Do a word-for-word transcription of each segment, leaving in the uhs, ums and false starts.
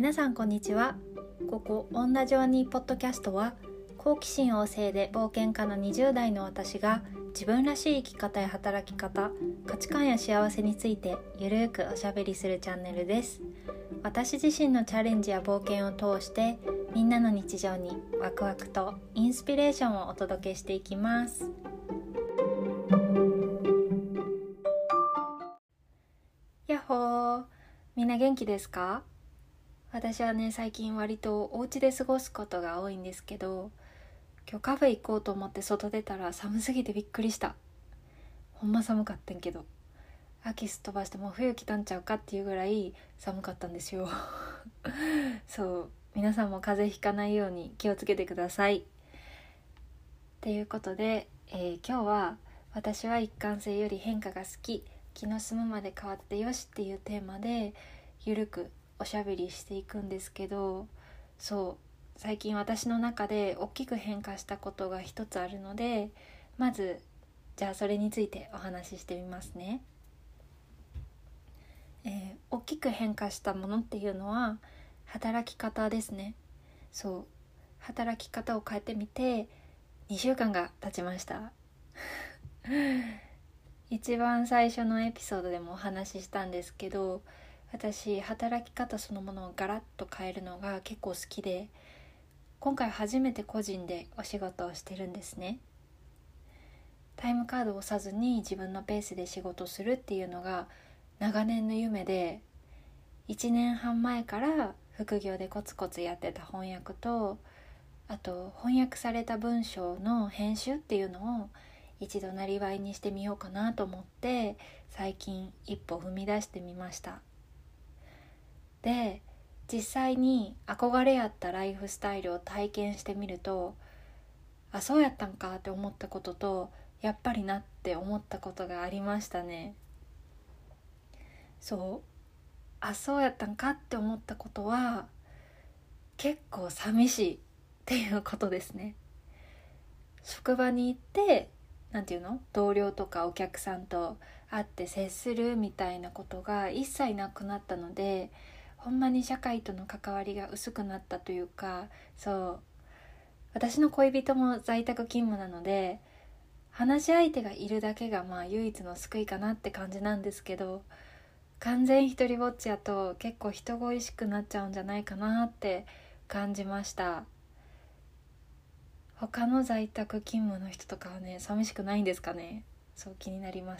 皆さんこんにちは。ここ女ジョーニーポッドキャストは、好奇心旺盛で冒険家のにじゅう代の私が自分らしい生き方や働き方、価値観や幸せについてゆるーくおしゃべりするチャンネルです。私自身のチャレンジや冒険を通してみんなの日常にワクワクとインスピレーションをお届けしていきます。やっほー、みんな元気ですか？私はね、最近割とお家で過ごすことが多いんですけど、今日カフェ行こうと思って外出たら寒すぎてびっくりした。ほんま寒かったんけど、秋すっ飛ばしてもう冬来たんちゃうかっていうぐらい寒かったんですよそう、皆さんも風邪ひかないように気をつけてください。っていうことで、えー、今日は私は一貫性より変化が好き、気の済むまで変わってよしっていうテーマでゆるくおしゃべりしていくんですけど、そう最近私の中で大きく変化したことが一つあるので、まずじゃあそれについてお話ししてみますね。えー、大きく変化したものっていうのは働き方ですね。そう働き方を変えてみてにしゅうかんが経ちました一番最初のエピソードでもお話ししたんですけど、私働き方そのものをガラッと変えるのが結構好きで、今回初めて個人でお仕事をしてるんですね。タイムカードを押さずに自分のペースで仕事するっていうのが長年の夢で、いちねんはん前から副業でコツコツやってた翻訳と、あと翻訳された文章の編集っていうのを一度なりわいにしてみようかなと思って最近一歩踏み出してみました。で、実際に憧れやったライフスタイルを体験してみると、あ、そうやったんかって思ったことと、やっぱりなって思ったことがありましたね。そう、あ、そうやったんかって思ったことは結構寂しいっていうことですね。職場に行ってなんていうの同僚とかお客さんと会って接するみたいなことが一切なくなったので、ほんまに社会との関わりが薄くなったというか、そう私の恋人も在宅勤務なので話し相手がいるだけがまあ唯一の救いかなって感じなんですけど、完全一人ぼっちやと結構人恋しくなっちゃうんじゃないかなって感じました。他の在宅勤務の人とかはね、寂しくないんですかね。そう気になります。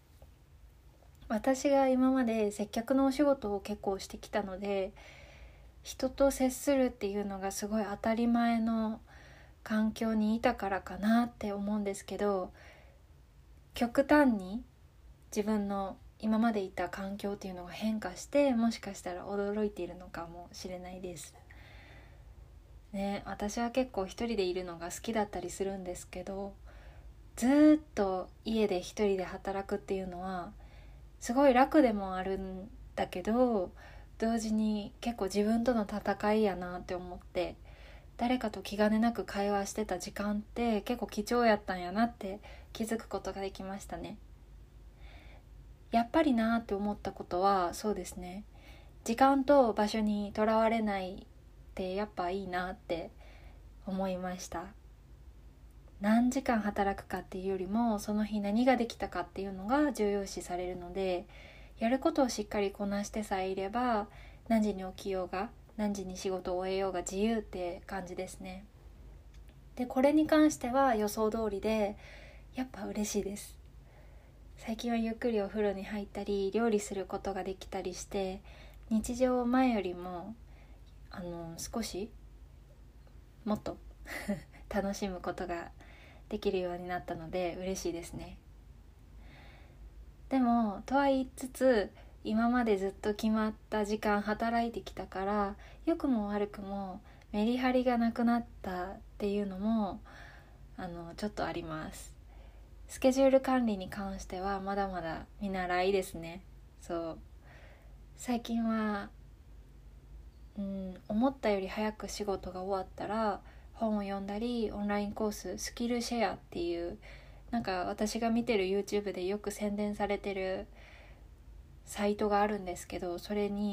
私が今まで接客のお仕事を結構してきたので、人と接するっていうのがすごい当たり前の環境にいたからかなって思うんですけど、極端に自分の今までいた環境っていうのが変化して、もしかしたら驚いているのかもしれないですね。私は結構一人でいるのが好きだったりするんですけど、ずっと家で一人で働くっていうのはすごい楽でもあるんだけど、同時に結構自分との戦いやなって思って、誰かと気兼ねなく会話してた時間って結構貴重やったんやなって気づくことができましたね。やっぱりなって思ったことは、そうですね、時間と場所にとらわれないってやっぱいいなって思いました。何時間働くかっていうよりも、その日何ができたかっていうのが重要視されるので、やることをしっかりこなしてさえいれば、何時に起きようが何時に仕事を終えようが自由って感じですね。で、これに関しては予想通りでやっぱ嬉しいです。最近はゆっくりお風呂に入ったり料理することができたりして、日常を前よりもあの少しもっと楽しむことができるようになったので嬉しいですね。でもとは言いつつ、今までずっと決まった時間働いてきたから、良くも悪くもメリハリがなくなったっていうのもあのちょっとあります。スケジュール管理に関してはまだまだ見習いですね。そう最近は、うん、思ったより早く仕事が終わったら本を読んだり、オンラインコーススキルシェアっていう、なんか私が見てる YouTube でよく宣伝されてるサイトがあるんですけど、それに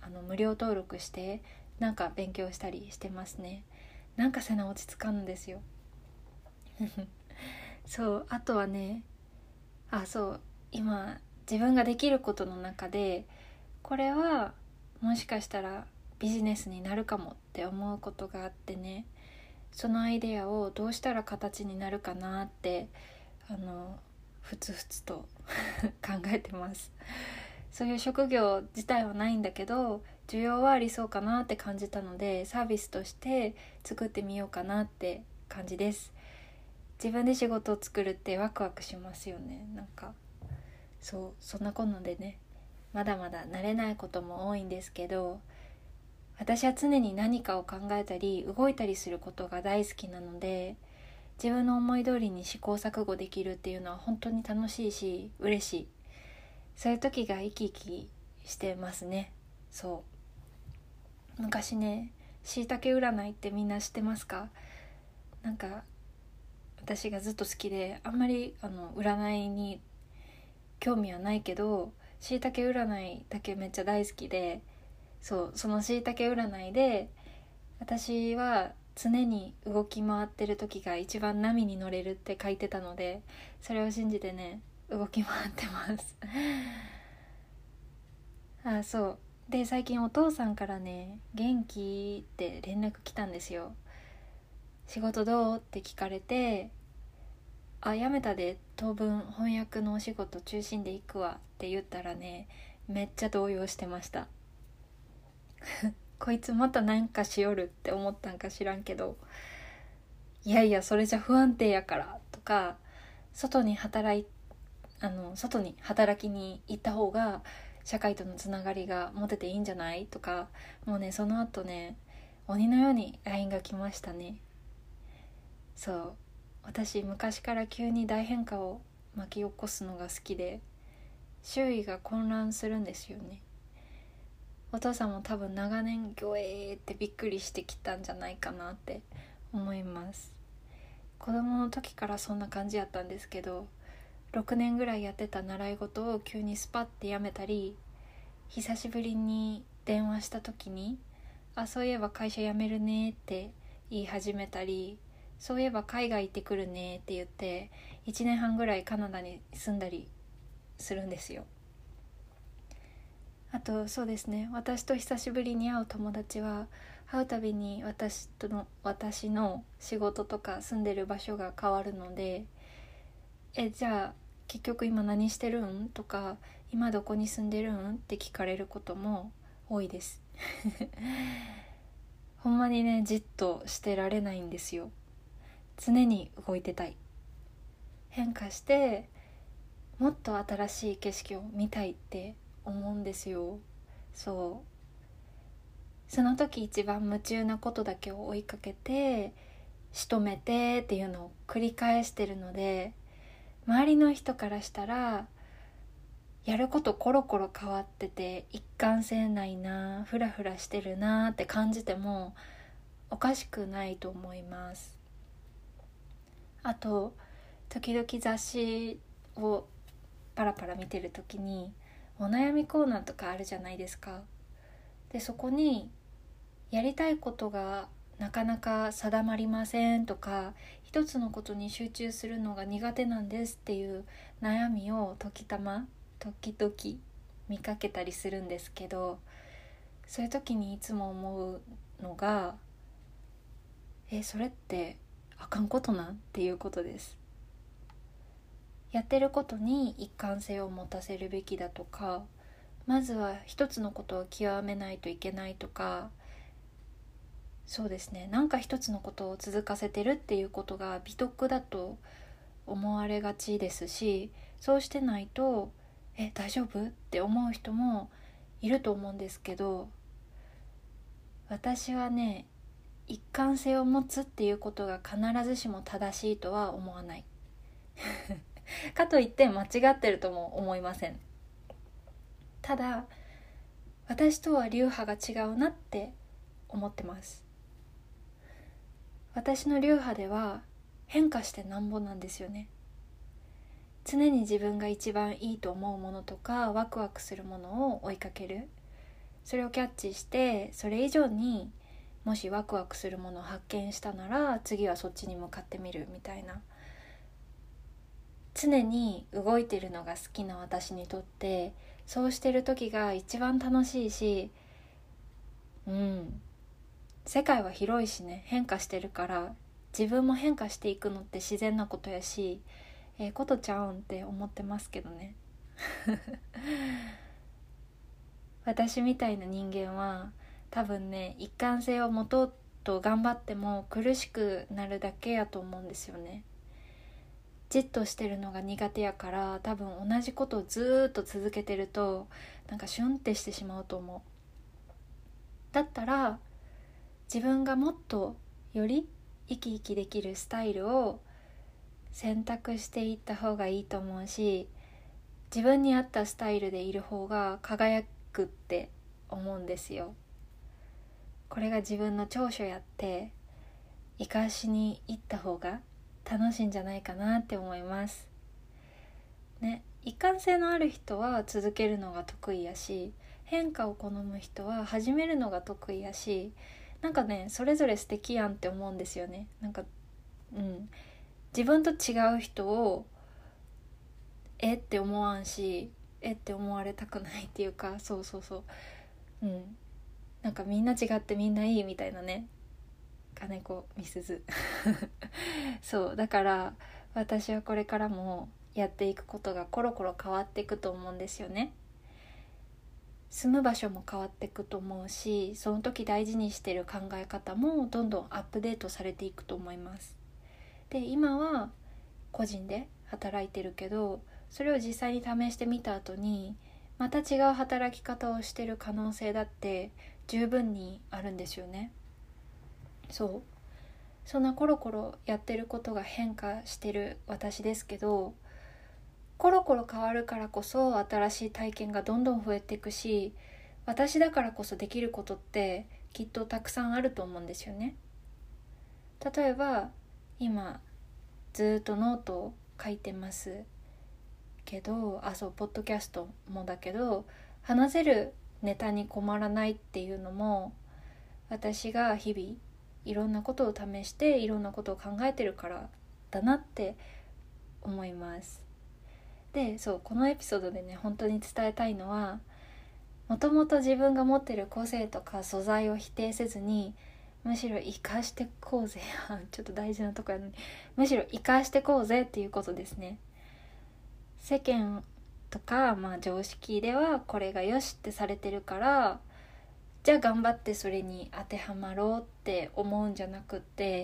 あの無料登録してなんか勉強したりしてますね。なんか背中落ち着かんんですよそうあとはねあそう今自分ができることの中でこれはもしかしたらビジネスになるかもって思うことがあってね、そのアイデアをどうしたら形になるかなってあのふつふつと考えてます。そういう職業自体はないんだけど需要はありそうかなって感じたのでサービスとして作ってみようかなって感じです。自分で仕事を作るってワクワクしますよね。なんかそうそんなこんなでねまだまだ慣れないことも多いんですけど、私は常に何かを考えたり動いたりすることが大好きなので、自分の思い通りに試行錯誤できるっていうのは本当に楽しいし嬉しい。そういう時が生き生きしてますね。そう昔ねしいたけ占いってみんな知ってますか？なんか私がずっと好きであんまりあの占いに興味はないけどしいたけ占いだけめっちゃ大好きで、そうそのしいたけ占いで私は常に動き回ってる時が一番波に乗れるって書いてたので、それを信じてね動き回ってますあそうで最近お父さんからね元気って連絡来たんですよ。仕事どうって聞かれて、あ辞めたで当分翻訳のお仕事中心で行くわって言ったらねめっちゃ動揺してましたこいつまたなんかしよるって思ったんか知らんけど、いやいやそれじゃ不安定やからとか、外に働いあの外に働きに行った方が社会とのつながりが持てていいんじゃないとか、もうねその後ね鬼のように ライン が来ましたね。そう私昔から急に大変化を巻き起こすのが好きで周囲が混乱するんですよね。お父さんも多分長年ギョエーってびっくりしてきたんじゃないかなって思います。子供の時からそんな感じやったんですけど、ろくねんぐらいやってた習い事を急にスパッてやめたり、久しぶりに電話した時にあそういえば会社辞めるねって言い始めたり、そういえば海外行ってくるねって言っていちねんはんぐらいカナダに住んだりするんですよ。あとそうですね、私と久しぶりに会う友達は会うたびに私との私の仕事とか住んでる場所が変わるので、えじゃあ結局今何してるんとか今どこに住んでるんって聞かれることも多いですほんまにねじっとしてられないんですよ。常に動いてたい、変化してもっと新しい景色を見たいって思うんですよ。そうその時一番夢中なことだけを追いかけて仕留めてっていうのを繰り返してるので、周りの人からしたらやることコロコロ変わってて一貫性ないな、フラフラしてるなって感じてもおかしくないと思います。あと時々雑誌をパラパラ見てる時にお悩みコーナーとかあるじゃないですか。でそこにやりたいことがなかなか定まりませんとか、一つのことに集中するのが苦手なんですっていう悩みを時たま時々見かけたりするんですけど、そういう時にいつも思うのがえそれってあかんことなんっていうことです。やってることに一貫性を持たせるべきだとか、まずは一つのことを極めないといけないとか、そうですね、なんか一つのことを続かせてるっていうことが美徳だと思われがちですし、そうしてないとえ大丈夫って思う人もいると思うんですけど、私はね一貫性を持つっていうことが必ずしも正しいとは思わないかといって間違ってるとも思いません。ただ私とは流派が違うなって思ってます。私の流派では変化してなんぼなんですよね。常に自分が一番いいと思うものとかワクワクするものを追いかける。 それをキャッチして、それ以上にもしワクワクするものを発見したなら次はそっちに向かってみるみたいな、常に動いてるのが好きな私にとってそうしてる時が一番楽しいし、うん世界は広いしね、変化してるから自分も変化していくのって自然なことやし、ええことちゃうんって思ってますけどね私みたいな人間は多分ね、一貫性を持とうと頑張っても苦しくなるだけやと思うんですよね。じっとしてるのが苦手やから、多分同じことをずーっと続けてるとなんかシュンってしてしまうと思う。だったら自分がもっとより生き生きできるスタイルを選択していった方がいいと思うし、自分に合ったスタイルでいる方が輝くって思うんですよ。これが自分の長所やって生かしに行った方が楽しいんじゃないかなって思いますね。一貫性のある人は続けるのが得意やし、変化を好む人は始めるのが得意やし、なんかね、それぞれ素敵やんって思うんですよね。なんかうん自分と違う人をえって思わんし、えって思われたくないっていうか、そうそうそううんなんかみんな違ってみんないいみたいなね、金子みすずそうだから私はこれからもやっていくことがコロコロ変わっていくと思うんですよね。住む場所も変わっていくと思うし、その時大事にしてる考え方もどんどんアップデートされていくと思います。で今は個人で働いてるけど、それを実際に試してみた後にまた違う働き方をしてる可能性だって十分にあるんですよね。そうそんなコロコロやってることが変化してる私ですけど、コロコロ変わるからこそ新しい体験がどんどん増えていくし、私だからこそできることってきっとたくさんあると思うんですよね。例えば今ずっとノートを書いてますけど、あそうポッドキャストもだけど、話せるネタに困らないっていうのも私が日々いろんなことを試していろんなことを考えてるからだなって思います。でそうこのエピソードでね本当に伝えたいのは、もともと自分が持ってる個性とか素材を否定せずに、むしろ生かしてこうぜちょっと大事なとこやのに、むしろ生かしてこうぜっていうことですね。世間とか、まあ、常識ではこれがよしってされてるから、じゃあ頑張ってそれに当てはまろうって思うんじゃなくって、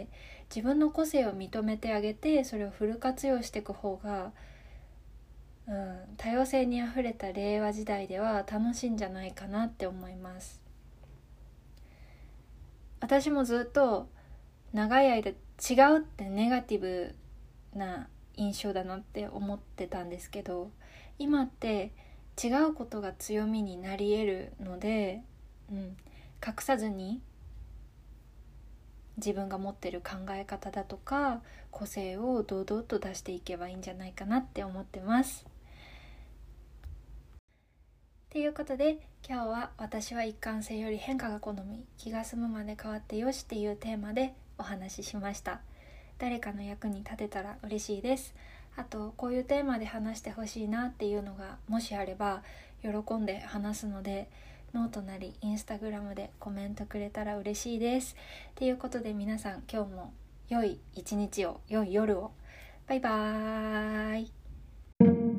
自分の個性を認めてあげてそれをフル活用していく方が、うん、多様性にあふれた令和時代では楽しいんじゃないかなって思います。私もずっと長い間違うってネガティブな印象だなって思ってたんですけど、今って違うことが強みになり得るので、うん、隠さずに自分が持ってる考え方だとか個性を堂々と出していけばいいんじゃないかなって思ってます。ということで今日は私は一貫性より変化が好み、気が済むまで変わってよしっていうテーマでお話ししました。誰かの役に立てたら嬉しいです。あとこういうテーマで話してほしいなっていうのがもしあれば喜んで話すので、ノートなりインスタグラムでコメントくれたら嬉しいです。ということで皆さん今日も良い一日を、良い夜を。バイバーイ。